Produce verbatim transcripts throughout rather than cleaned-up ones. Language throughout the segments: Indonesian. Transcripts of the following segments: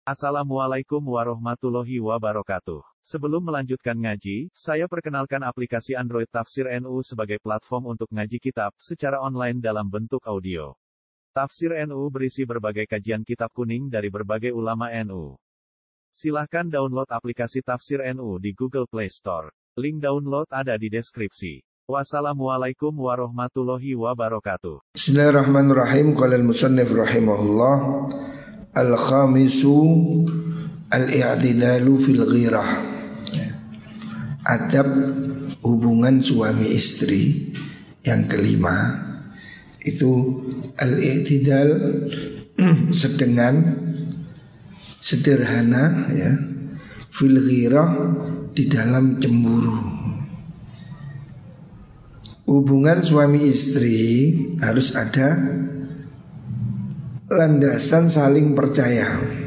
Assalamualaikum warahmatullahi wabarakatuh. Sebelum melanjutkan ngaji, saya perkenalkan aplikasi Android Tafsir N U sebagai platform untuk ngaji kitab secara online dalam bentuk audio. Tafsir N U berisi berbagai kajian kitab kuning dari berbagai ulama N U. Silahkan download aplikasi Tafsir N U di Google Play Store. Link download ada di deskripsi. Wassalamualaikum warahmatullahi wabarakatuh. Bismillahirrahmanirrahim. Qala al-musannif rahimahullah, al-khamisu al-i'tidalu fil ghirah. Adab hubungan suami istri yang kelima itu al-i'tidal, sedengan, sederhana ya, fil ghirah, di dalam cemburu. Hubungan suami istri harus ada landasan saling percaya.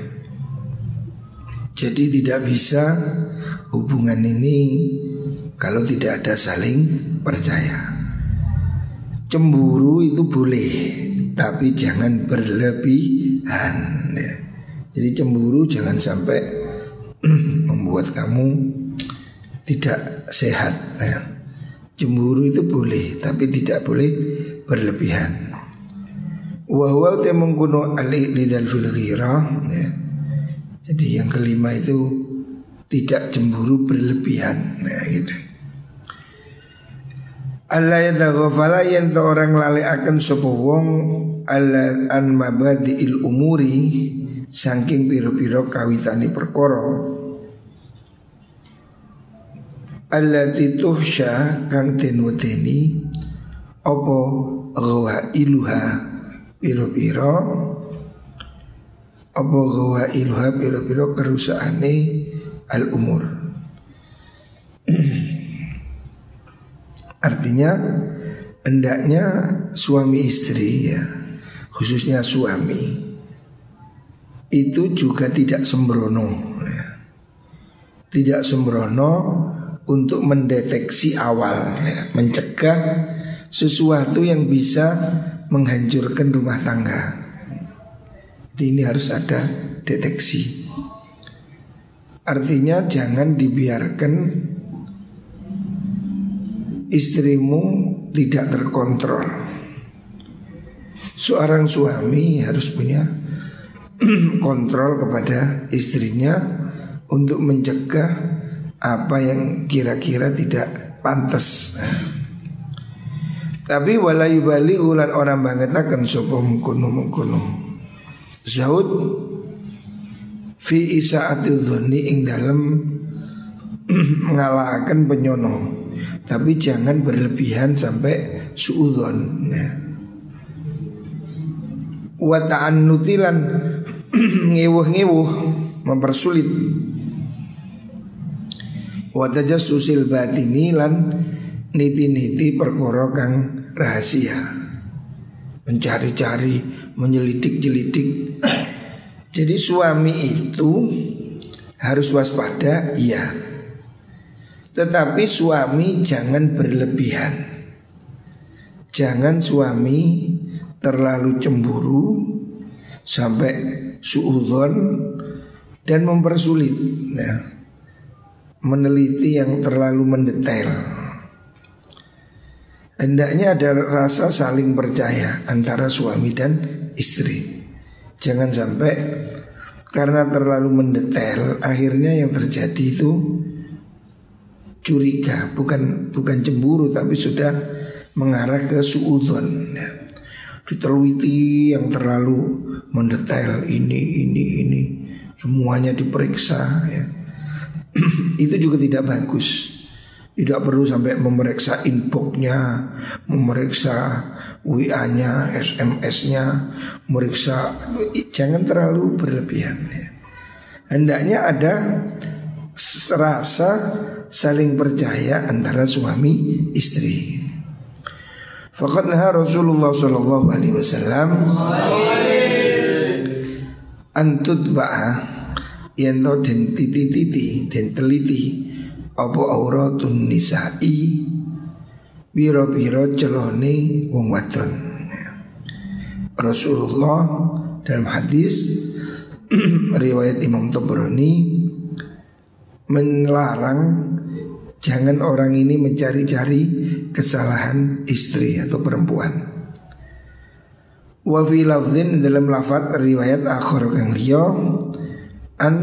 Jadi tidak bisa hubungan ini kalau tidak ada saling percaya. Cemburu itu boleh, tapi jangan berlebihan ya. Jadi cemburu jangan sampai membuat kamu tidak sehat ya. Cemburu itu boleh, tapi tidak boleh berlebihan. Wa huwa tamungkuno al-i'tidal fil ghirah ya. Jadi yang kelima itu tidak cemburu berlebihan ya, gitu. Allah yataghafala yen orang lali akan sapa wong ala an mabadiil umuri saking pira-pira kawitane perkara allati tuhsya kang den wedeni apa ghawailuha pira-pira apa ghawailuha pira-pira kerusakane al umur. Artinya hendaknya suami istri ya, khususnya suami itu juga tidak sembrono ya. Tidak sembrono untuk mendeteksi awal ya, mencegah sesuatu yang bisa menghancurkan rumah tangga. Jadi ini harus ada deteksi. Artinya jangan dibiarkan istrimu tidak terkontrol. Seorang suami harus punya kontrol kepada istrinya untuk mencegah apa yang kira-kira tidak pantas. Tapi wala yubali ulan orang banget akan sapa mengkono mengkono Zaud fi isa'atil dhoni ing dalam mengalahkan penyono, tapi jangan berlebihan sampai suudzon ya. Wa ta'annutilan ngewuh-ngewuh mempersulit. Wa tajassusil batini lan niti-niti perkara kang rahasia, mencari-cari, menyelidik-nyelidik. Jadi suami itu harus waspada, iya. Tetapi suami jangan berlebihan. Jangan suami terlalu cemburu sampai suudzon dan mempersulit ya. Meneliti yang terlalu mendetail. Hendaknya ada rasa saling percaya antara suami dan istri. Jangan sampai karena terlalu mendetail akhirnya yang terjadi itu curiga, bukan bukan cemburu tapi sudah mengarah ke suudzon ya. Diteliti yang terlalu mendetail, ini ini ini semuanya diperiksa ya. Itu juga tidak bagus. Tidak perlu sampai memeriksa inboxnya, memeriksa W A-nya, S M S-nya, memeriksa. Jangan terlalu berlebihan ya. Hendaknya ada rasa saling percaya antara suami istri. Faqad naha Rasulullah sallallahu alaihi wasallam antut ba'a yen to den titi-titi den teliti apa auratun nisa'i biro-biro celone wong wadon. Rasulullah dalam hadis riwayat Imam Tabrani melarang jangan orang ini mencari-cari kesalahan istri atau perempuan. Wa fi lafdhin dalam lafaz riwayat akhir kang liya an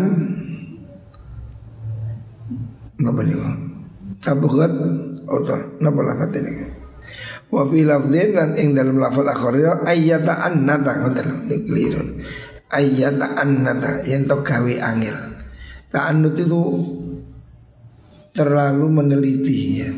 napa niku tabghat atau napa lafaz ini. Wa fi lafdhin lan ing dalam lafaz akhir ayyata annata ngoten keliru. Ayyata annata yen to gawe angel. Ta'annut itu terlalu meneliti ya.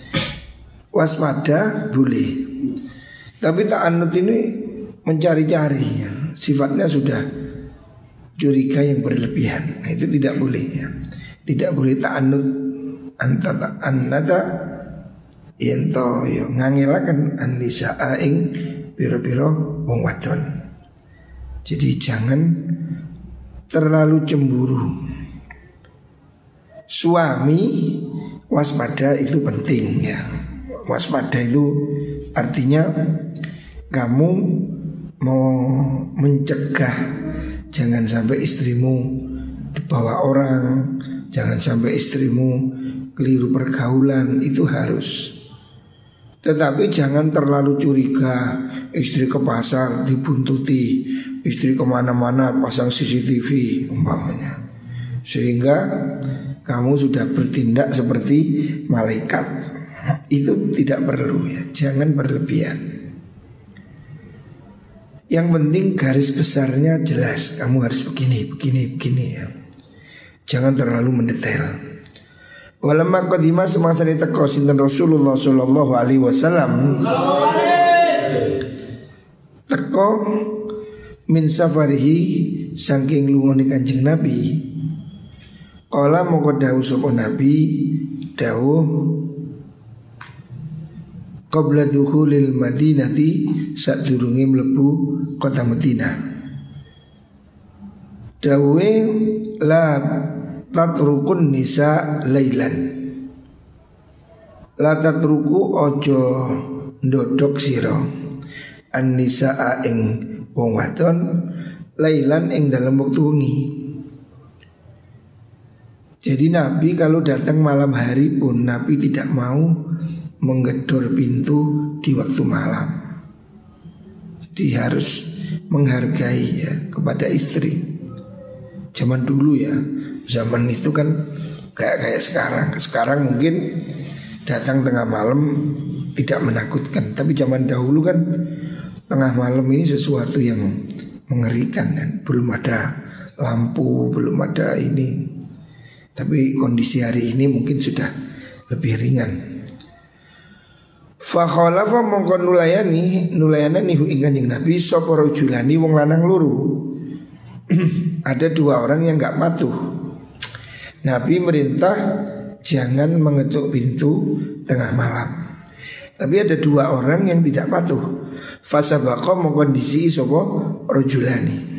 Waspada boleh, tapi ta'annut ini mencari-cari ya. Sifatnya sudah curiga yang berlebihan. Nah, itu tidak boleh ya. Tidak boleh ta'annut antara annata ento yo ngangelaken anisa ing pira-pira wong wadon. Jadi jangan terlalu cemburu. Suami waspada itu penting ya. Waspada itu artinya kamu mau mencegah jangan sampai istrimu dibawa orang, jangan sampai istrimu keliru pergaulan, itu harus. Tetapi jangan terlalu curiga, istri ke pasar dibuntuti, istri kemana-mana pasang C C T V umpamanya, sehingga kamu sudah bertindak seperti malaikat. Itu tidak perlu ya, jangan berlebihan. Yang penting garis besarnya jelas, kamu harus begini, begini, begini ya. Jangan terlalu mendetail. Walamma qadima semasa diteko sinten Rasulullah sallallahu alaihi wasallam teko min safarihi saking lungone Kanjeng Nabi. Kala moko dawuh sapa Nabi dawuh qabla dukhulil Madinati sadurunge mlebu kota Madinah. Dawuhe la tatrukun nisa lailan. La tatruku ojo ndodok sira an-nisaa ing wong wadon lailan ing dalam waktu wengi. Jadi Nabi kalau datang malam hari pun Nabi tidak mau menggedor pintu di waktu malam. Jadi harus menghargai ya kepada istri. Zaman dulu ya, zaman itu kan kayak kayak sekarang. Sekarang mungkin datang tengah malam tidak menakutkan, tapi zaman dahulu kan tengah malam ini sesuatu yang mengerikan kan. Belum ada lampu, belum ada ini. Tapi kondisi hari ini mungkin sudah lebih ringan. Fa khalafa mongko nulayani nulayani hu ing Kanjeng Nabi sapa rajulani wong lanang loro. Ada dua orang yang enggak patuh. Nabi merintah jangan mengetuk pintu tengah malam. Tapi ada dua orang yang tidak patuh. Fasabaqa mongko disi sapa rajulani.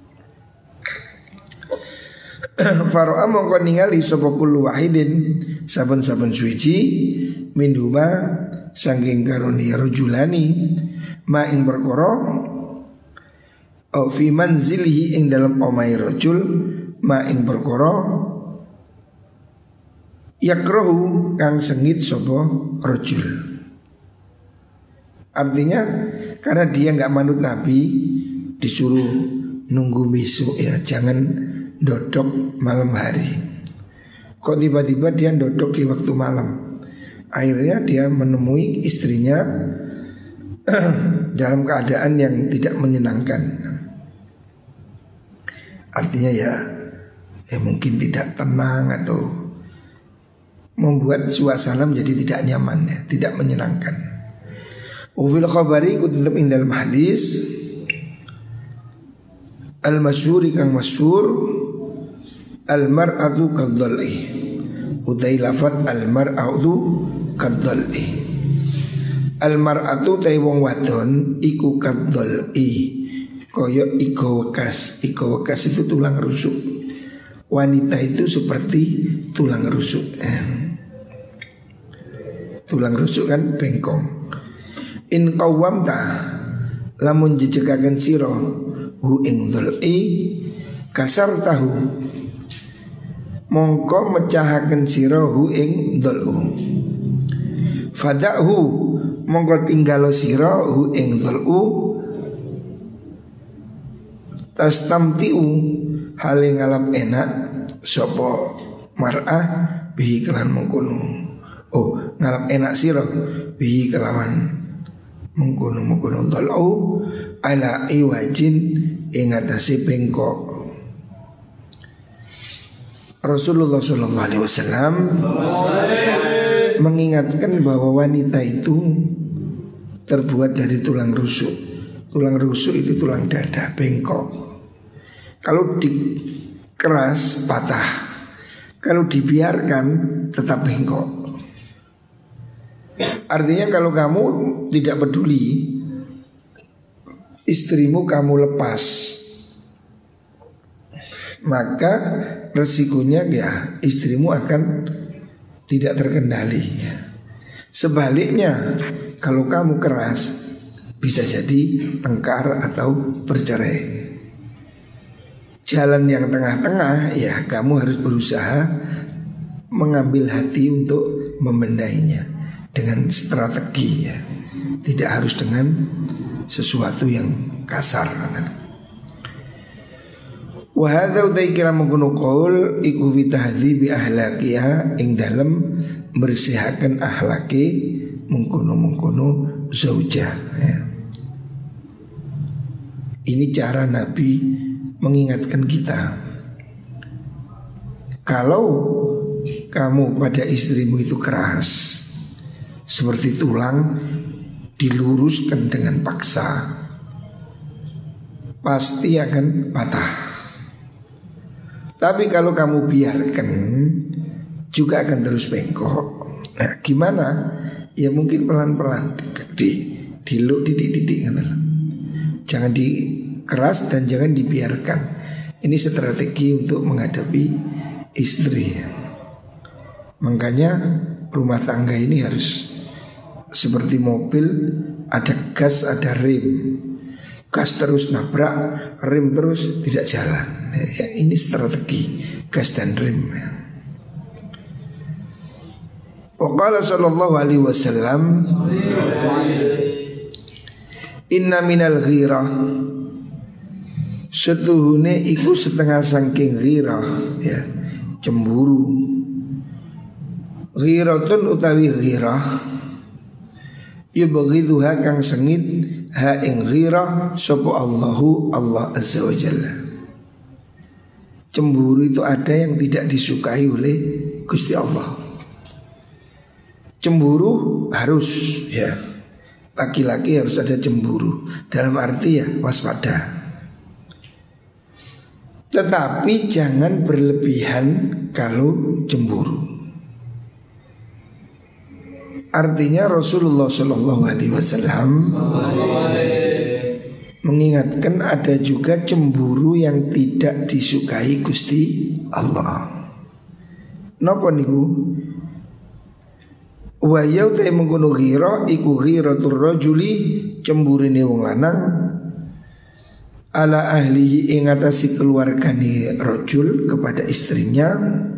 Faro'a mongko ningali sapa kullu wahidin saben-saben suci minhuma saking karuni rajulani ma ing perkara au fi manzilihi ing dalam omai rajul ma ing perkara yakrahu kang sengit sapa rajul. Artinya karena dia enggak manut Nabi disuruh nunggu besok ya, jangan dodok malam hari. Kok tiba-tiba dia dodok di waktu malam. Akhirnya dia menemui istrinya dalam keadaan yang tidak menyenangkan. Artinya ya, ya mungkin tidak tenang atau membuat suasana menjadi tidak nyaman ya, tidak menyenangkan. Ufil khabari kutub ing dalam hadis al-masyhuri kang masyhur al-mar'atu kadzal'i. Utai lafad al-mar'atu kadzal'i. Al-mar'atu tai wong wadon iku kadzal'i. Koyo iko wekas. Iko wekas itu tulang rusuk. Wanita itu seperti tulang rusuk. Eh. Tulang rusuk kan bengkong. In qawwamta lamun jejekaken sira hu ing dzal'i kasar tahu mongko mecahaken sira hu ing dhulu fadahu mongko tinggalo sira hu ing dhulu tastamtiu hale ngalap enak sapa mar'ah bihi kelan mengkono. Oh, ngalap enak sira bihi kelawan mengkono mengkono dhulu ala iwajin ing atase bengkok. Rasulullah shallallahu alaihi wasallam mengingatkan bahwa wanita itu terbuat dari tulang rusuk. Tulang rusuk itu tulang dada bengkok. Kalau dikeras patah, kalau dibiarkan tetap bengkok. Artinya kalau kamu tidak peduli, istrimu kamu lepas, maka resikonya ya istrimu akan tidak terkendali ya. Sebaliknya kalau kamu keras, bisa jadi tengkar atau bercerai. Jalan yang tengah-tengah ya kamu harus berusaha mengambil hati untuk membendainya dengan strategi ya. Tidak harus dengan sesuatu yang kasar. Wa hadza utaikira mengkono qaul iku fi tahdzibi ahlaqiha ing dalem bersihaken akhlaki mengkono-mengkono zaujah ya. Ini cara Nabi mengingatkan kita, kalau kamu pada istrimu itu keras seperti tulang diluruskan dengan paksa, pasti akan patah. Tapi kalau kamu biarkan juga akan terus bengkok. Nah, gimana? Ya mungkin pelan-pelan, di diluk didik-didik, jangan di keras dan jangan dibiarkan. Ini strategi untuk menghadapi istri. Makanya rumah tangga ini harus seperti mobil, ada gas, ada rem. Gas terus nabrak, rem terus tidak jalan. Ya, ini strategi gas dan rem. Waqala sallallahu alaihi wasallam, inna minal ghirah, setuhune iku setengah sangking ghirah ya, cemburu. Ghiratun utawi ghirah yubghiduha kang sengit ha ing ghirah sapa Allahu Allah azza wa jalla. Cemburu itu ada yang tidak disukai oleh Gusti Allah. Cemburu harus ya, laki-laki harus ada cemburu, dalam arti ya waspada. Tetapi jangan berlebihan kalau cemburu. Artinya Rasulullah shallallahu alaihi wasallam mengingatkan ada juga cemburu yang tidak disukai Gusti Allah. Napa niku? Wa yau ta mengkono ghira iku ghiratur rajuli, cemburine wong lanang ala ahlihi ing atase keluargane rajul kepada istrinya,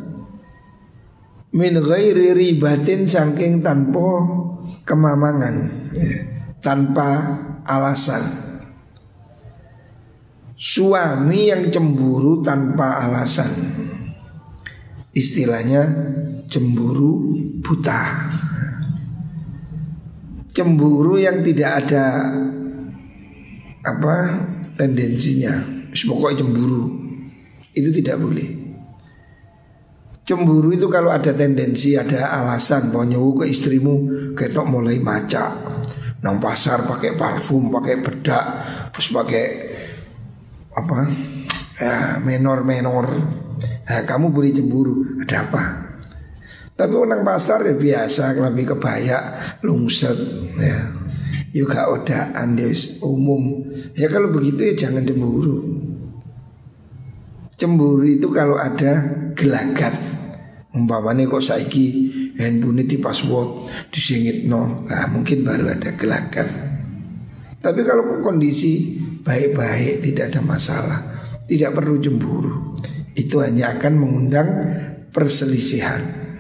min ghairi ribatin saking tanpa kemamangan ya, tanpa alasan. Suami yang cemburu tanpa alasan, istilahnya cemburu buta. Cemburu yang tidak ada apa tendensinya, pokoknya cemburu, itu tidak boleh. Cemburu itu kalau ada tendensi, ada alasan, mau nyewu ke istrimu, ketok mulai maca, nang pasar pakai parfum, pakai bedak, terus pakai apa ya, menor-menor. Nah, kamu boleh cemburu, ada apa? Tapi orang pasar ya biasa, lebih kebaya, lungset, ya, juga odaan, dia umum. Ya kalau begitu ya jangan cemburu. Cemburu itu kalau ada gelagat, umpamanya kok saiki handphone di password, disingit no, nah mungkin baru ada gelagat. Tapi kalau kondisi baik-baik tidak ada masalah, Tidak perlu cemburu. Itu hanya akan mengundang perselisihan.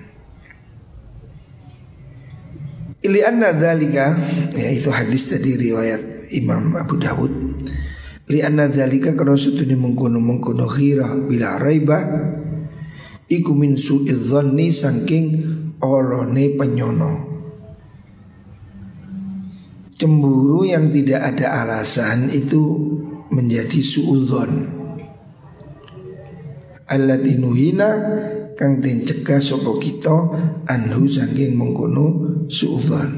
Ili anna dzalika, ya itu hadis dari riwayat Imam Abu Dawud. Ili anna dzalika kana sutune mengkono-mengkono ghirah bila raibah iku min su'idz dzanni saking olone penyono. Cemburu yang tidak ada alasan itu menjadi su'udzon. Allati nuhina kang den cegah sapa kita anhu saking mengkono suudzon.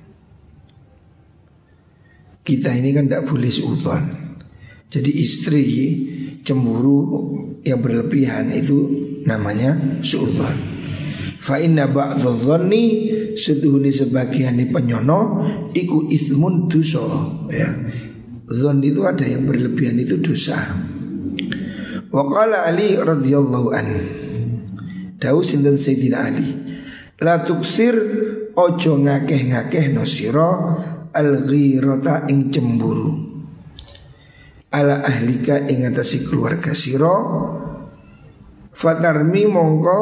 Kita ini kan tidak boleh suudzon. Jadi istri cemburu yang berlebihan itu namanya suudzon. Fa inna ba'dadh-dhanni setuhune sebagian penyono iku itsmun dosa ya. Dzon itu ada yang berlebihan itu dosa. Wa qala Ali radhiyallahu an. Dawu sinten Sayyidina Ali. La tuksir ojo ngakeh-ngakeh no sira al-ghirata ing cemburu. Ala ahlika ing atasi keluarga sira. Fatarmi mongko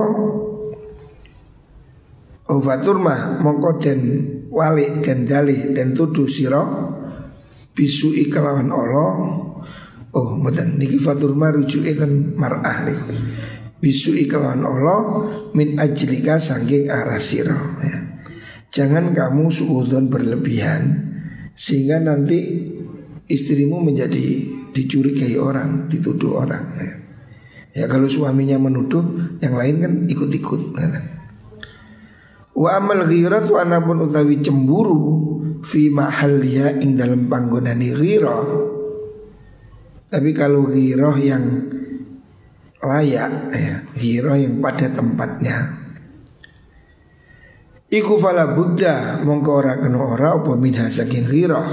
o faturma mongko den wali den dalih den tuduh sira bisu ikalawan Allah. Oh, mboten niki faturma rujuke ten mar'ah niki. Bisu iklan Allah min ajlika saking arah sira ya. Jangan kamu suudzon berlebihan sehingga nanti istrimu menjadi dicurigai orang, dituduh orang ya. Ya kalau suaminya menuduh, yang lain kan ikut-ikut ya. Wa amal ghirat wa anapun utawi cemburu fi mahalliya ing dalam panggonane ghirah. Tapi kalau ghirah yang layak ya, ghirah yang pada tempatnya, iku fala buddha mongko ora kena ora apa minha saking ghirah.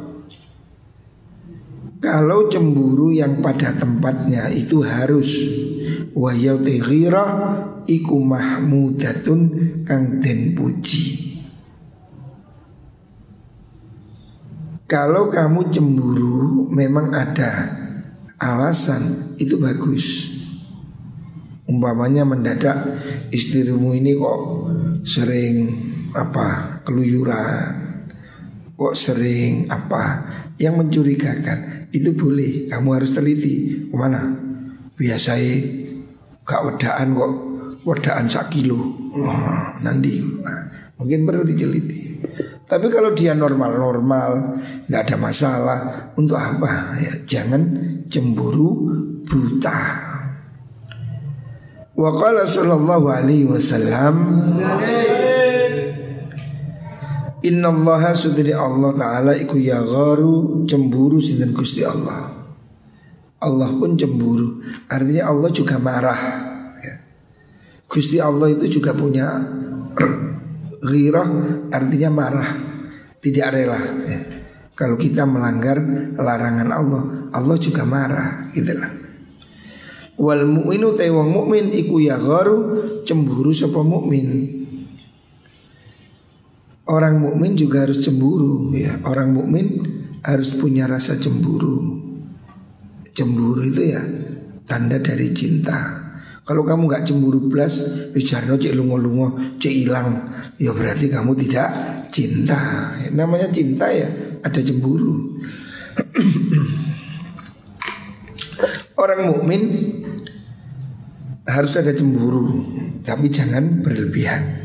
Kalau cemburu yang pada tempatnya itu harus wa yauti ghirah iku mahmudatun kang den puji. Kalau kamu cemburu memang ada alasan, itu bagus. Umpamanya mendadak istrimu ini kok sering apa keluyuran, kok sering apa yang mencurigakan, itu boleh. Kamu harus teliti kemana. Biasanya gak wedaan kok, wedaan sak kilo. Oh, nanti nah, mungkin perlu diteliti. Tapi kalau dia normal-normal, tidak ada masalah, untuk apa? Ya, jangan cemburu buta. Wa qala sallallahu alaihi wasallam, inna allaha sudri Allah ta'ala iku yagharu cemburu sinten Gusti Allah. Allah pun cemburu, artinya Allah juga marah ya. Gusti Allah itu juga punya ghirah, artinya marah, tidak rela ya. Kalau kita melanggar larangan Allah, Allah juga marah gitulah. Wal mu'minu ta wong mukmin iku yagharu cemburu sapa mukmin. Orang mukmin juga harus cemburu ya. Orang mukmin harus punya rasa cemburu. Cemburu itu ya tanda dari cinta. Kalau kamu gak cemburu belas, bicaranya cek lungo-lungo, cek hilang, ya berarti kamu tidak cinta. Namanya cinta ya ada cemburu. Orang mukmin harus ada cemburu, tapi jangan berlebihan.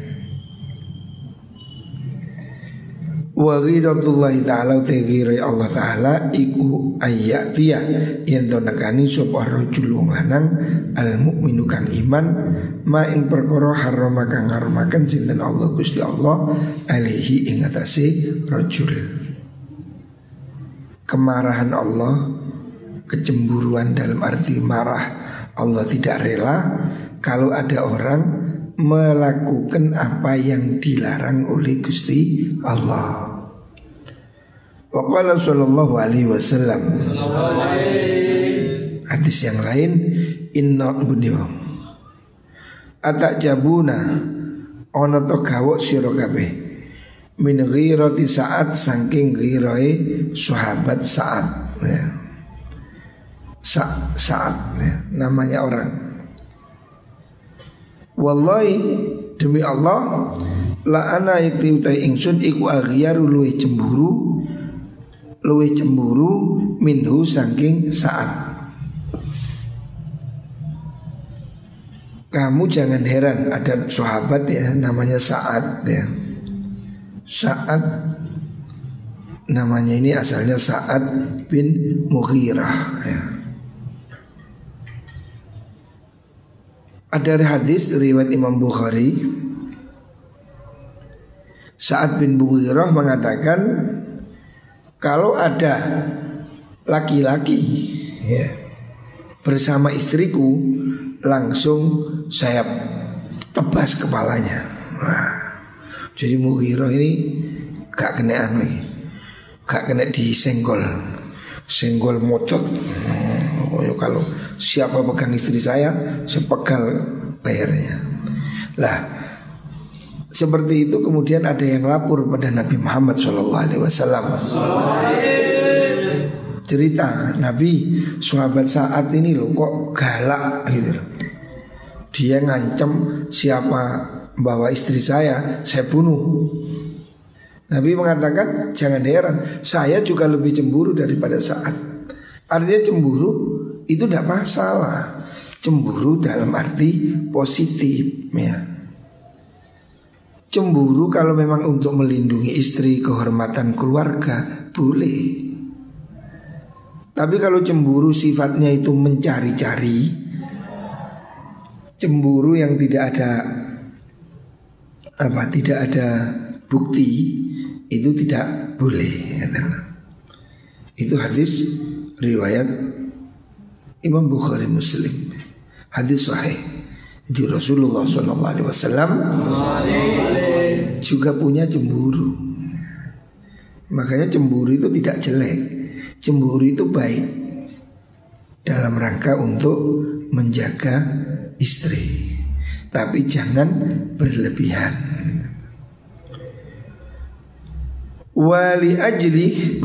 Wa ghiratullahi ta'ala tegiri Allah ta'ala iku ayatiya yang donakani sapa rajul lanang al mukminu kang iman ma ing perkara harama kang ngarumaken sinten Allah Gusti Allah alaihi ing atase rajul. Kemarahan Allah, kecemburuan dalam arti marah, Allah tidak rela kalau ada orang melakukan apa yang dilarang oleh Gusti Allah. Wa qala sallallahu alaihi wasallam, hadis yang lain, inna bunyo atak jabuna ono to gawok sira kabeh min ghirati saat saking ghirae sahabat Sa'ad ya. sa saat ya, namanya orang. Wallahi demi Allah, la ana yakti utai ingsun iku aghyaru luwih cemburu, luwih cemburu minhu saking saat. Kamu jangan heran ada sahabat ya namanya Sa'ad ya. Sa'ad namanya ini asalnya Sa'ad bin Mughirah ya. Ada hadis riwayat Imam Bukhari, Sa'ad bin Mughirah mengatakan, kalau ada laki-laki ya, bersama istriku, langsung saya tebas kepalanya. Wah, jadi Mughirah ini gak kena anu ini, gak kena disenggol, senggol motot. Oh, kalau siapa pegang istri saya, saya pegal lehernya. Lah, seperti itu kemudian ada yang lapor pada Nabi Muhammad shallallahu alaihi wasallam. Cerita Nabi, sahabat Sa'ad ini loh kok galak gitu. Dia ngancam siapa bawa istri saya, saya bunuh. Nabi mengatakan jangan heran, saya juga lebih cemburu daripada Sa'ad. Artinya cemburu itu tidak masalah. Cemburu dalam arti positif ya. Cemburu kalau memang untuk melindungi istri, kehormatan keluarga, boleh. Tapi kalau cemburu sifatnya itu mencari-cari, cemburu yang tidak ada apa, tidak ada bukti, itu tidak boleh. Itu hadis riwayat Imam Bukhari Muslim, hadis sahih. Di Rasulullah shallallahu alaihi wasallam juga punya cemburu. Makanya cemburu itu tidak jelek. Cemburu itu baik dalam rangka untuk menjaga istri, tapi jangan berlebihan. Wali ajli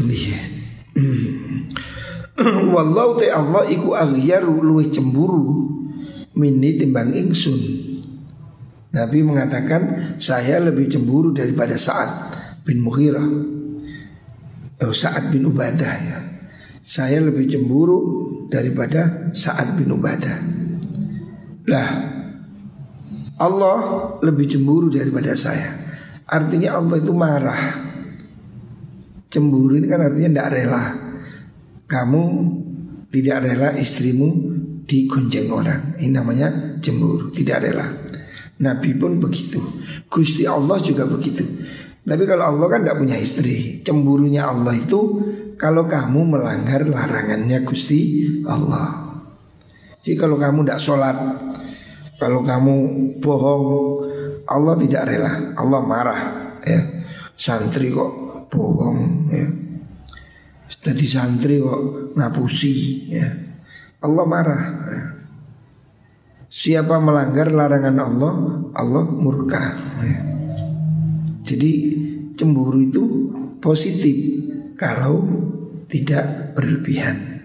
wallahu ta'ala iku aghyaru luwih cemburu minni timbang ingsun. Nabi mengatakan saya lebih cemburu daripada Sa'ad bin Mughirah, oh, Sa'ad bin Ubadah ya. Saya lebih cemburu daripada Sa'ad bin Ubadah. Lah, Allah lebih cemburu daripada saya. Artinya Allah itu marah. Cemburu ini kan artinya tidak rela. Kamu tidak rela istrimu digonceng orang, ini namanya cemburu, tidak rela. Nabi pun begitu, Gusti Allah juga begitu. Tapi kalau Allah kan tidak punya istri. Cemburunya Allah itu kalau kamu melanggar larangannya Gusti Allah. Jadi kalau kamu tidak sholat, kalau kamu bohong, Allah tidak rela, Allah marah ya. Santri kok bohong ya, jadi santri kok ngapusi ya, Allah marah ya. Siapa melanggar larangan Allah, Allah murka ya. Jadi cemburu itu positif kalau tidak berlebihan.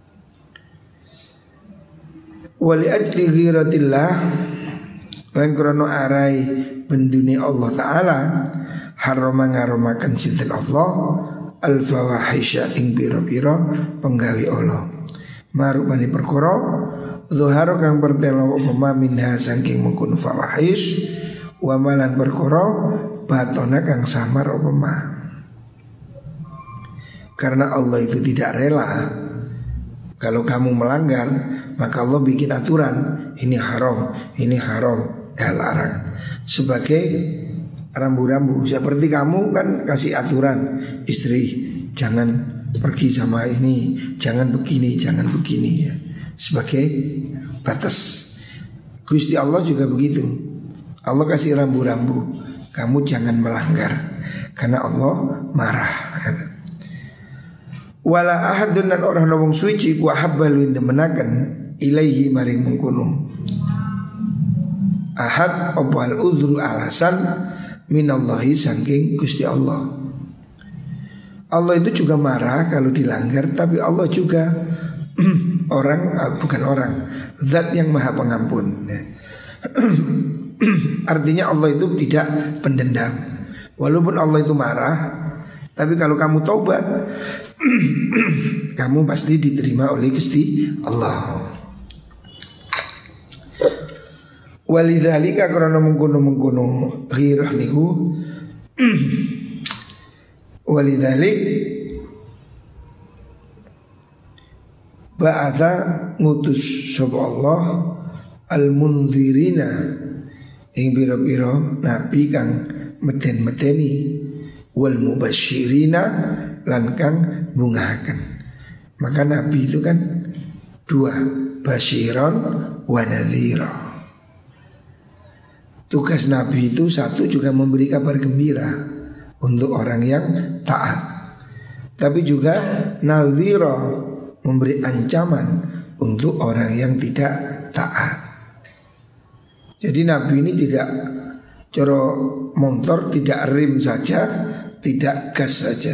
Wali ajli ghiratillah, lan krono arai benduni Allah Ta'ala, harama ngaromakan sinten Allah al-fawahisha ing biro-biro penggawi Allah. Marupani perkara zuharo kang pertelo apa minha saking mengkono fawahish, wa malan perkara batona kang samar apa ma. Karena Allah itu tidak rela kalau kamu melanggar, maka Allah bikin aturan, ini haram, ini haram, ya larang. Sebagai rambu-rambu, seperti kamu kan kasih aturan, istri jangan pergi sama ini, jangan begini, jangan begini ya. Sebagai batas. Gusti Allah juga begitu. Allah kasih rambu-rambu, kamu jangan melanggar, karena Allah marah. Wala ahadun lan orang wong suci ku habbalun demenaken ilaihi maring mengkono. Ahad opal udhru alasan minallahi saking Gusti Allah. Allah itu juga marah kalau dilanggar, tapi Allah juga Orang bukan orang, zat yang maha pengampun. Artinya Allah itu tidak pendendam. Walaupun Allah itu marah, tapi kalau kamu taubat kamu pasti diterima oleh Gusti Allah. Walidzalika karena mengkono-mengkono ghirah niku walidzalik ba'atha ngutus sapa Allah al-mundzirina ing biro-biro nabi kang meten-meteni wal mubasyirina lan kang bungahaken. Maka nabi itu kan dua, basyiron wa nadhira. Tugas nabi itu satu juga memberi kabar gembira untuk orang yang taat, tapi juga nadhira memberi ancaman untuk orang yang tidak taat. Jadi nabi ini tidak coro motor, tidak rim saja, tidak gas saja.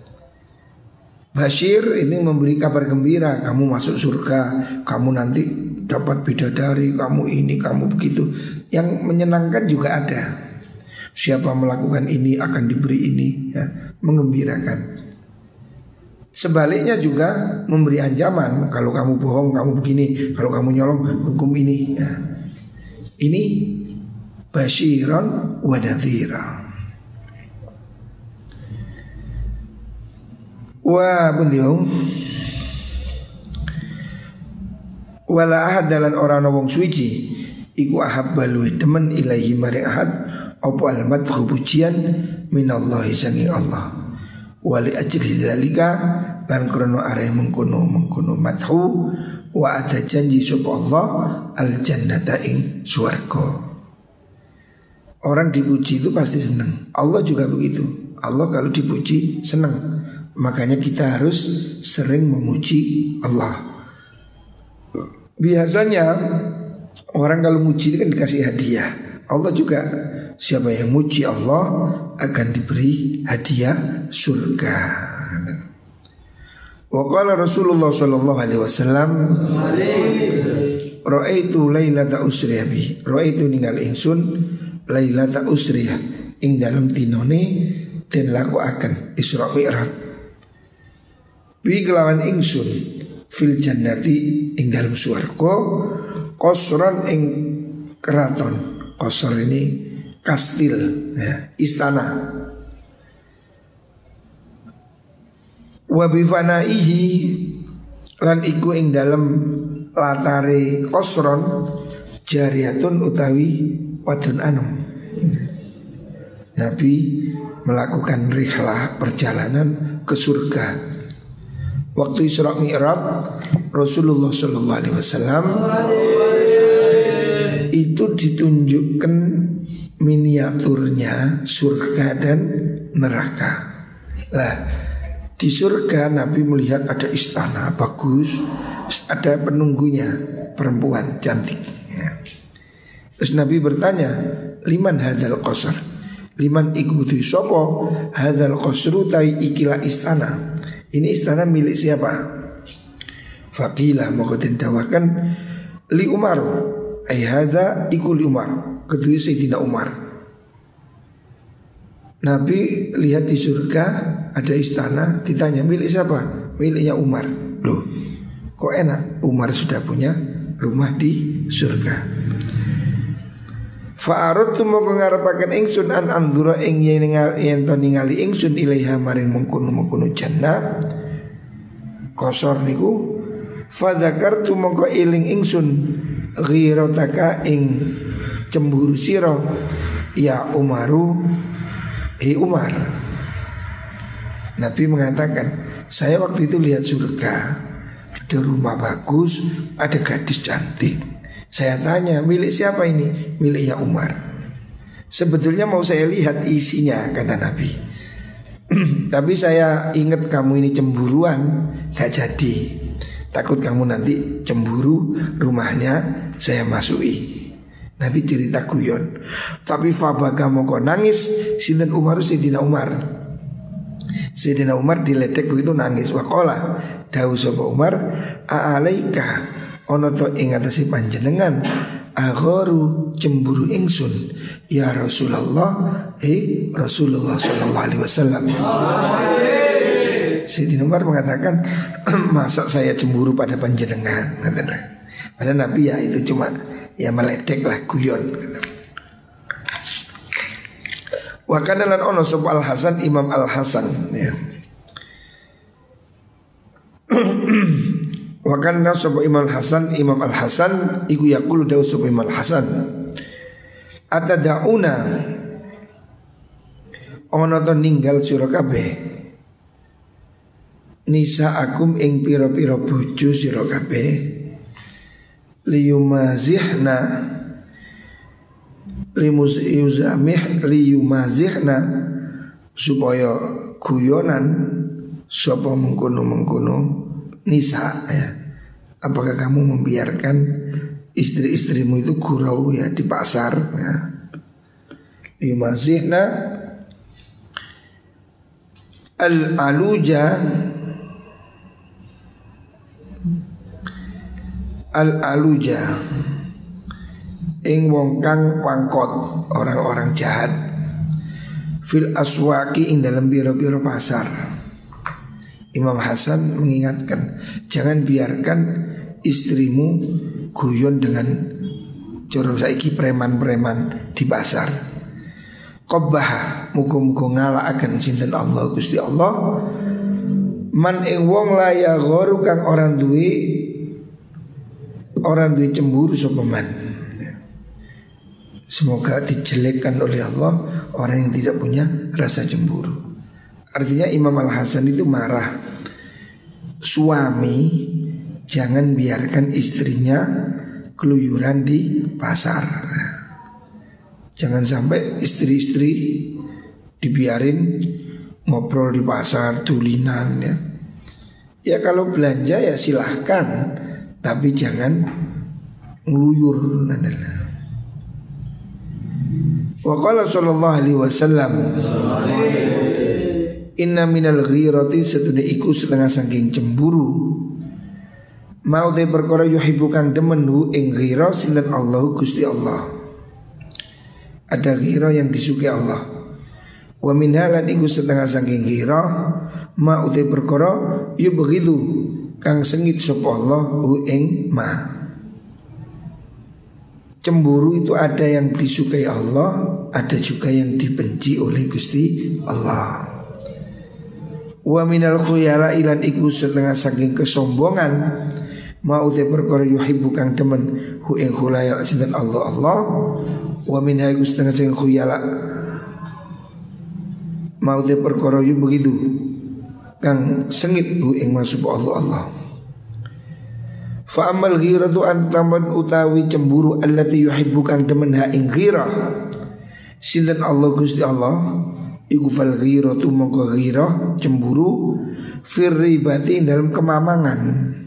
Basyir ini memberi kabar gembira, kamu masuk surga, kamu nanti dapat bidadari, kamu ini, kamu begitu. Yang menyenangkan juga ada. Siapa melakukan ini akan diberi ini, ya, mengembirakan. Sebaliknya juga memberi ancaman, kalau kamu bohong kamu begini, kalau kamu nyolong hukum ini, ya. Ini basyiran wa nadhira. Wa bundiung wala ahad dalan orang wong suci iku ahabba luwih demen ilahi mari ahad apa al-madhu pujian minallahi sangi Allah. Wali ajli dzalika lan krono are mengkono mengkono madhu wa ada janji sapa Allah al jannata ing swarga. Orang dipuji itu pasti senang. Allah juga begitu. Allah kalau dipuji senang. Makanya kita harus sering memuji Allah. Biasanya orang kalau muji itu kan dikasih hadiah. Allah juga, siapa yang muji Allah akan diberi hadiah surga. Wa qala Rasulullah sallallahu alaihi wasallam, ra'aitu lailata usriya bi. Ra'aitu ningal ingsun lailata usriya ing dalam tinone den laku akan Isra Mi'raj. Bi kelawan ingsun fil jannati ing dalam swarga qasran ing keraton. Qasr ini kastil, ya, istana. Wa bi fanaihi lan iku ing dalam latare qasron jariyatun utawi wadon anom. Nabi melakukan rihlah perjalanan ke surga. Waktu Isra Mi'raj Rasulullah Sallallahu Alaihi Wasallam itu ditunjukkan miniaturnya surga dan neraka. Lah di surga Nabi melihat ada istana bagus, ada penunggunya perempuan cantik. Ya. Terus Nabi bertanya, liman hadzal qasr? Liman ikuti sopo hadzal qasru tai ikilah istana. Ini istana milik siapa? Faqila maka ditawakan li Umar. Ai hadza iku li Umar. Kedua Sayyidina Umar. Nabi lihat di surga ada istana, ditanya milik siapa? Miliknya Umar. Loh, kok enak? Umar sudah punya rumah di surga. Fa'aradtu moko ngarepaken ingsun an andura ing yen to ningali ingsun ilaiha maring mengkono-mengkono jannah kosor niku. Fa dzakartu moko eling ingsun ghirataka ing cemburu sira ya Umaru, hi Umar. Nabi mengatakan, saya waktu itu lihat surga, ada rumah bagus, ada gadis cantik. Saya tanya, milik siapa ini? Miliknya Umar. Sebetulnya mau saya lihat isinya, kata Nabi. Tapi saya ingat kamu ini cemburuan, gak jadi. Takut kamu nanti cemburu, rumahnya saya masuki. Nabi cerita guyon. Tapi fabaka moko nangis sinten Umar, Sayyidina Umar. Sayyidina Umar diledek begitu nangis. Waqala Dawu sapa Umar, "A'alaika ana to ing atase panjenengan agharu cemburu ingsun ya Rasulullah, hei Rasulullah sallallahu alaihi wasallam." Sayyidina Umar mengatakan, "Masa saya cemburu pada panjenengan?" Padahal Nabi ya itu cuma ya meledek lah, guyon. Wa kana lan ono sapa Al Hasan, Imam Al Hasan ya. Wa kana sapa Imam Al Hasan, Imam Al Hasan iku yaqulu dawu sapa Imam Al Hasan, "Atadauna ono to ninggal sira kabeh nisa akum ing pira-pira bojo sira kabeh liyumazihna limus yuzamih liyumazihna supaya guyonan sapa mengkono-mengkono nisa ya. Apakah kamu membiarkan istri-istrimu itu gurau ya di pasar ya. Liyumazihna al-aluja al-aluja ing wong kang wangkot, orang-orang jahat fil aswaki ing dalam biro-biro pasar. Imam Hasan mengingatkan, jangan biarkan istrimu guyon dengan coro saiki preman-preman di pasar. Qabbah muga-muga ngalakaken sinten Allah Gusti Allah man ing wong la ya gharu kang orang duwe orang duwe cemburu sapa man. Semoga dijelekkan oleh Allah orang yang tidak punya rasa cemburu. Artinya Imam Al Hasan itu marah, suami jangan biarkan istrinya keluyuran di pasar. Jangan sampai istri-istri dibiarin ngobrol di pasar, tulinan ya. Ya kalau belanja ya silahkan, tapi jangan ngeluyur. Wa qala sallallahu alaihi wasallam, inna minal ghirati setune iku setengah saking cemburu mau te perkara yuhibbu kang demen hu ing ghira sinten Allah Gusti Allah. Ada ghira yang disukai Allah. Wa minha lan iku setengah saking ghira mau te perkara yubghidu kang sengit sapa Allah hu ing ma. Cemburu itu ada yang disukai Allah, ada juga yang dibenci oleh Gusti Allah. Wa minal khuyala ilan iku setengah saking kesombongan mau te perkara yuhibbu kang demen hu ing khuyala sinten Allah Allah. Wa minha iku setengah saking khuyala mau te perkara yu begitu kang sengit hu ing masuk Allah Allah. Fa amal ghiratu antaman utawi cemburu allati yuhibbu kang demen ha ing ghirah sinten Allah Gusti Allah iku fal ghiratu mongko ghirah cemburu fir ribati dalam kemamangan.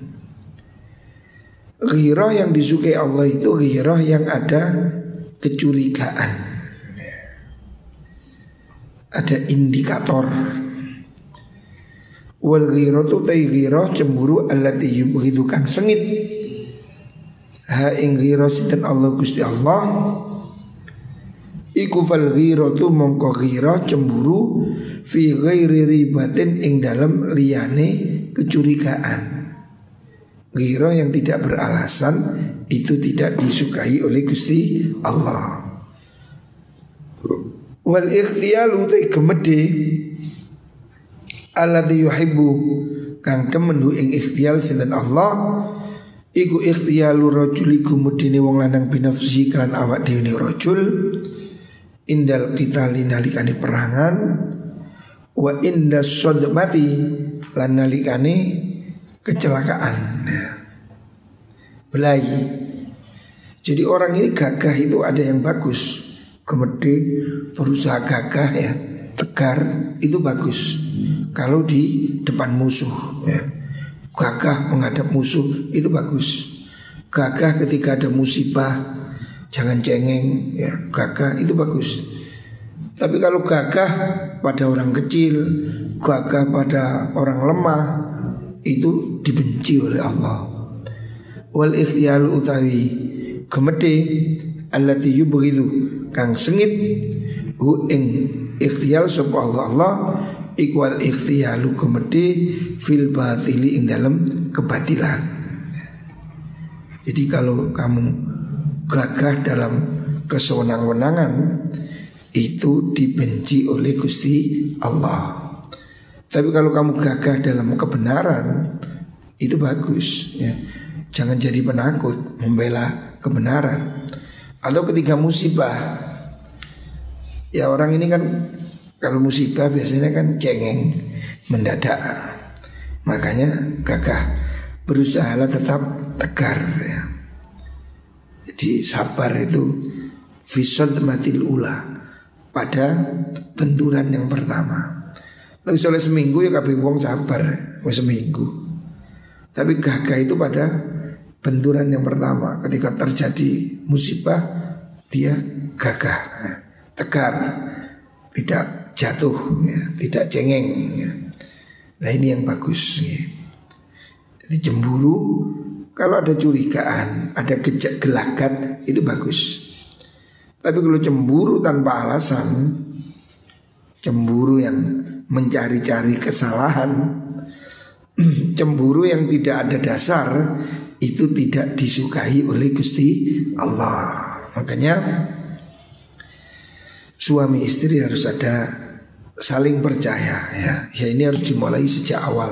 Ghirah yang disukai Allah itu ghirah yang ada kecurigaan, ada indikator. Wal ghiratu tay ghirah cemburu allati yubghidu kang sengit ha ing ghirah sinten Allah Gusti Allah iku fal ghiratu mongko ghirah cemburu fi ghairi ribatin ing dalam liyane kecurigaan. Ghirah yang tidak beralasan itu tidak disukai oleh Gusti Allah. Wal ikhtiyalu tay gemede alladzi yuhibbu kang demen hu ing ikhtiyal sinten Allah iku ikhtiyalu rajuli kumudine wong lanang binafsi kan awak dhewe rajul indal qitali nalikane perangan wa inda sadmati lan nalikane kecelakaan belai. Jadi orang ini gagah itu ada yang bagus, gemede berusaha gagah ya, tegar itu bagus. Kalau di depan musuh ya. Gagah menghadap musuh itu bagus. Gagah ketika ada musibah, jangan cengeng ya. Gagah itu bagus. Tapi kalau gagah pada orang kecil, gagah pada orang lemah, itu dibenci oleh Allah. Wal ikhtiyalu utawi gemede allati yubghilu kang sengit hu ing ikhtiyal sapa Allah Allah ikwal ikhtiyalu gemede fil batili ing dalam kebatilan. Jadi kalau kamu gagah dalam kesewenang-wenangan itu dibenci oleh Gusti Allah. Tapi kalau kamu gagah dalam kebenaran itu bagus ya. Jangan jadi penakut membela kebenaran. Atau ketika musibah, ya orang ini kan kalau musibah biasanya kan cengeng, mendadak. Makanya gagah, berusahalah tetap tegar ya. Jadi sabar itu fisod matil ula, pada benturan yang pertama. Lalu soalnya seminggu ya kabeh wong sabar, wong seminggu. Tapi gagah itu pada benturan yang pertama. Ketika terjadi musibah, dia gagah, tegar, tidak jatuh, ya, tidak cengeng. Ya. Nah ini yang bagus. Ya. Jadi cemburu, kalau ada curigaan, ada gejak gelagat, itu bagus. Tapi kalau cemburu tanpa alasan, cemburu yang mencari-cari kesalahan, cemburu yang tidak ada dasar, itu tidak disukai oleh Gusti Allah. Makanya suami istri harus ada saling percaya ya. Ya ini harus dimulai sejak awal.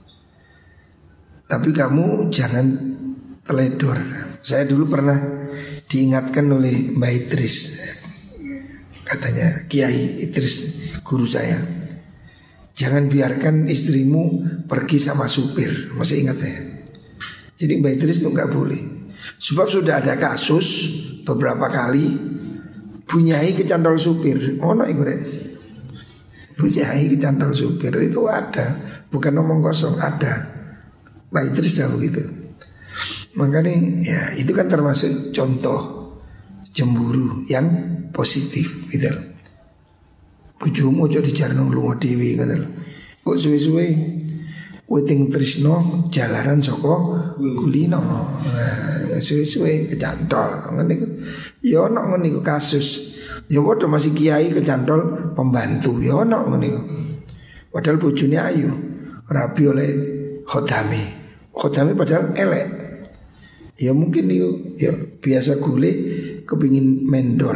Tapi kamu jangan teledor. Saya dulu pernah diingatkan oleh Mbak Idris, katanya Kiai Idris guru saya, jangan biarkan istrimu pergi sama supir. Masih ingat ya? Jadi Mbak Idris itu nggak boleh. Sebab sudah ada kasus beberapa kali bunyai kecantol supir. Oh no iku rek. Bunyai kecantol supir itu ada, bukan omong kosong, ada. Mbak Idris tahu gitu. Makanya ya itu kan termasuk contoh cemburu yang positif gitu. Bojomu aja dijarno lunga dhewe kan. Kok suwe-suwe weting tresno jalaran saka kulino. Nah, suwe-suwe kecantol ngene iku. Ya ono ngene iku kasus. Ya padha masih kiai kecantol pembantu. Ya ono ngene iku. Padahal bojone ayu, rabi oleh khodame. Khodame padahal elek. Ya mungkin itu ya biasa gule kepingin mendol.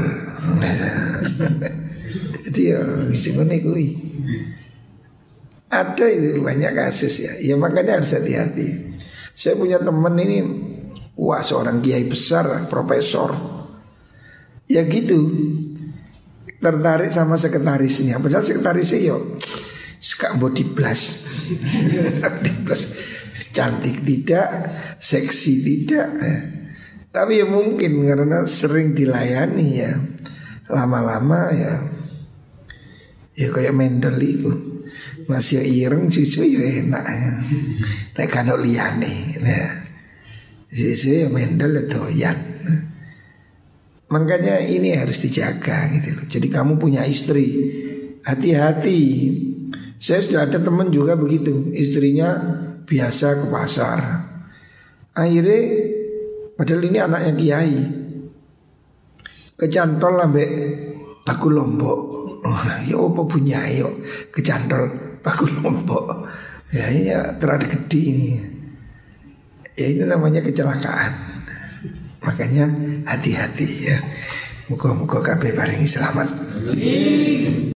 Jadi ya bisa ngene kuwi. Ada itu banyak kasus ya. Ya makanya harus hati-hati. Saya punya teman ini, wah seorang kiai besar, profesor. Ya gitu, tertarik sama sekretarisnya. Padahal sekretarisnya yo sekak body plus. Cantik tidak, seksi tidak ya. Tapi ya mungkin karena sering dilayani ya, lama-lama ya ya kayak mendel itu. Masih ireng siswa ya enak ya. Nek kan liyane ya. Siswa ya mendel doyan. Makanya ini harus dijaga gitu loh. Jadi kamu punya istri, hati-hati. Saya sudah ada teman juga begitu, istrinya biasa ke pasar. Akhirnya padahal ini anaknya kiai, kecantol ambek bakul lombok. Oh, ya apa punya yo kecantol bakul lombok. Ya ya terlalu gede ini. Ya ini namanya kecelakaan. Makanya hati-hati ya. Muka-muka kabeh paringi selamat.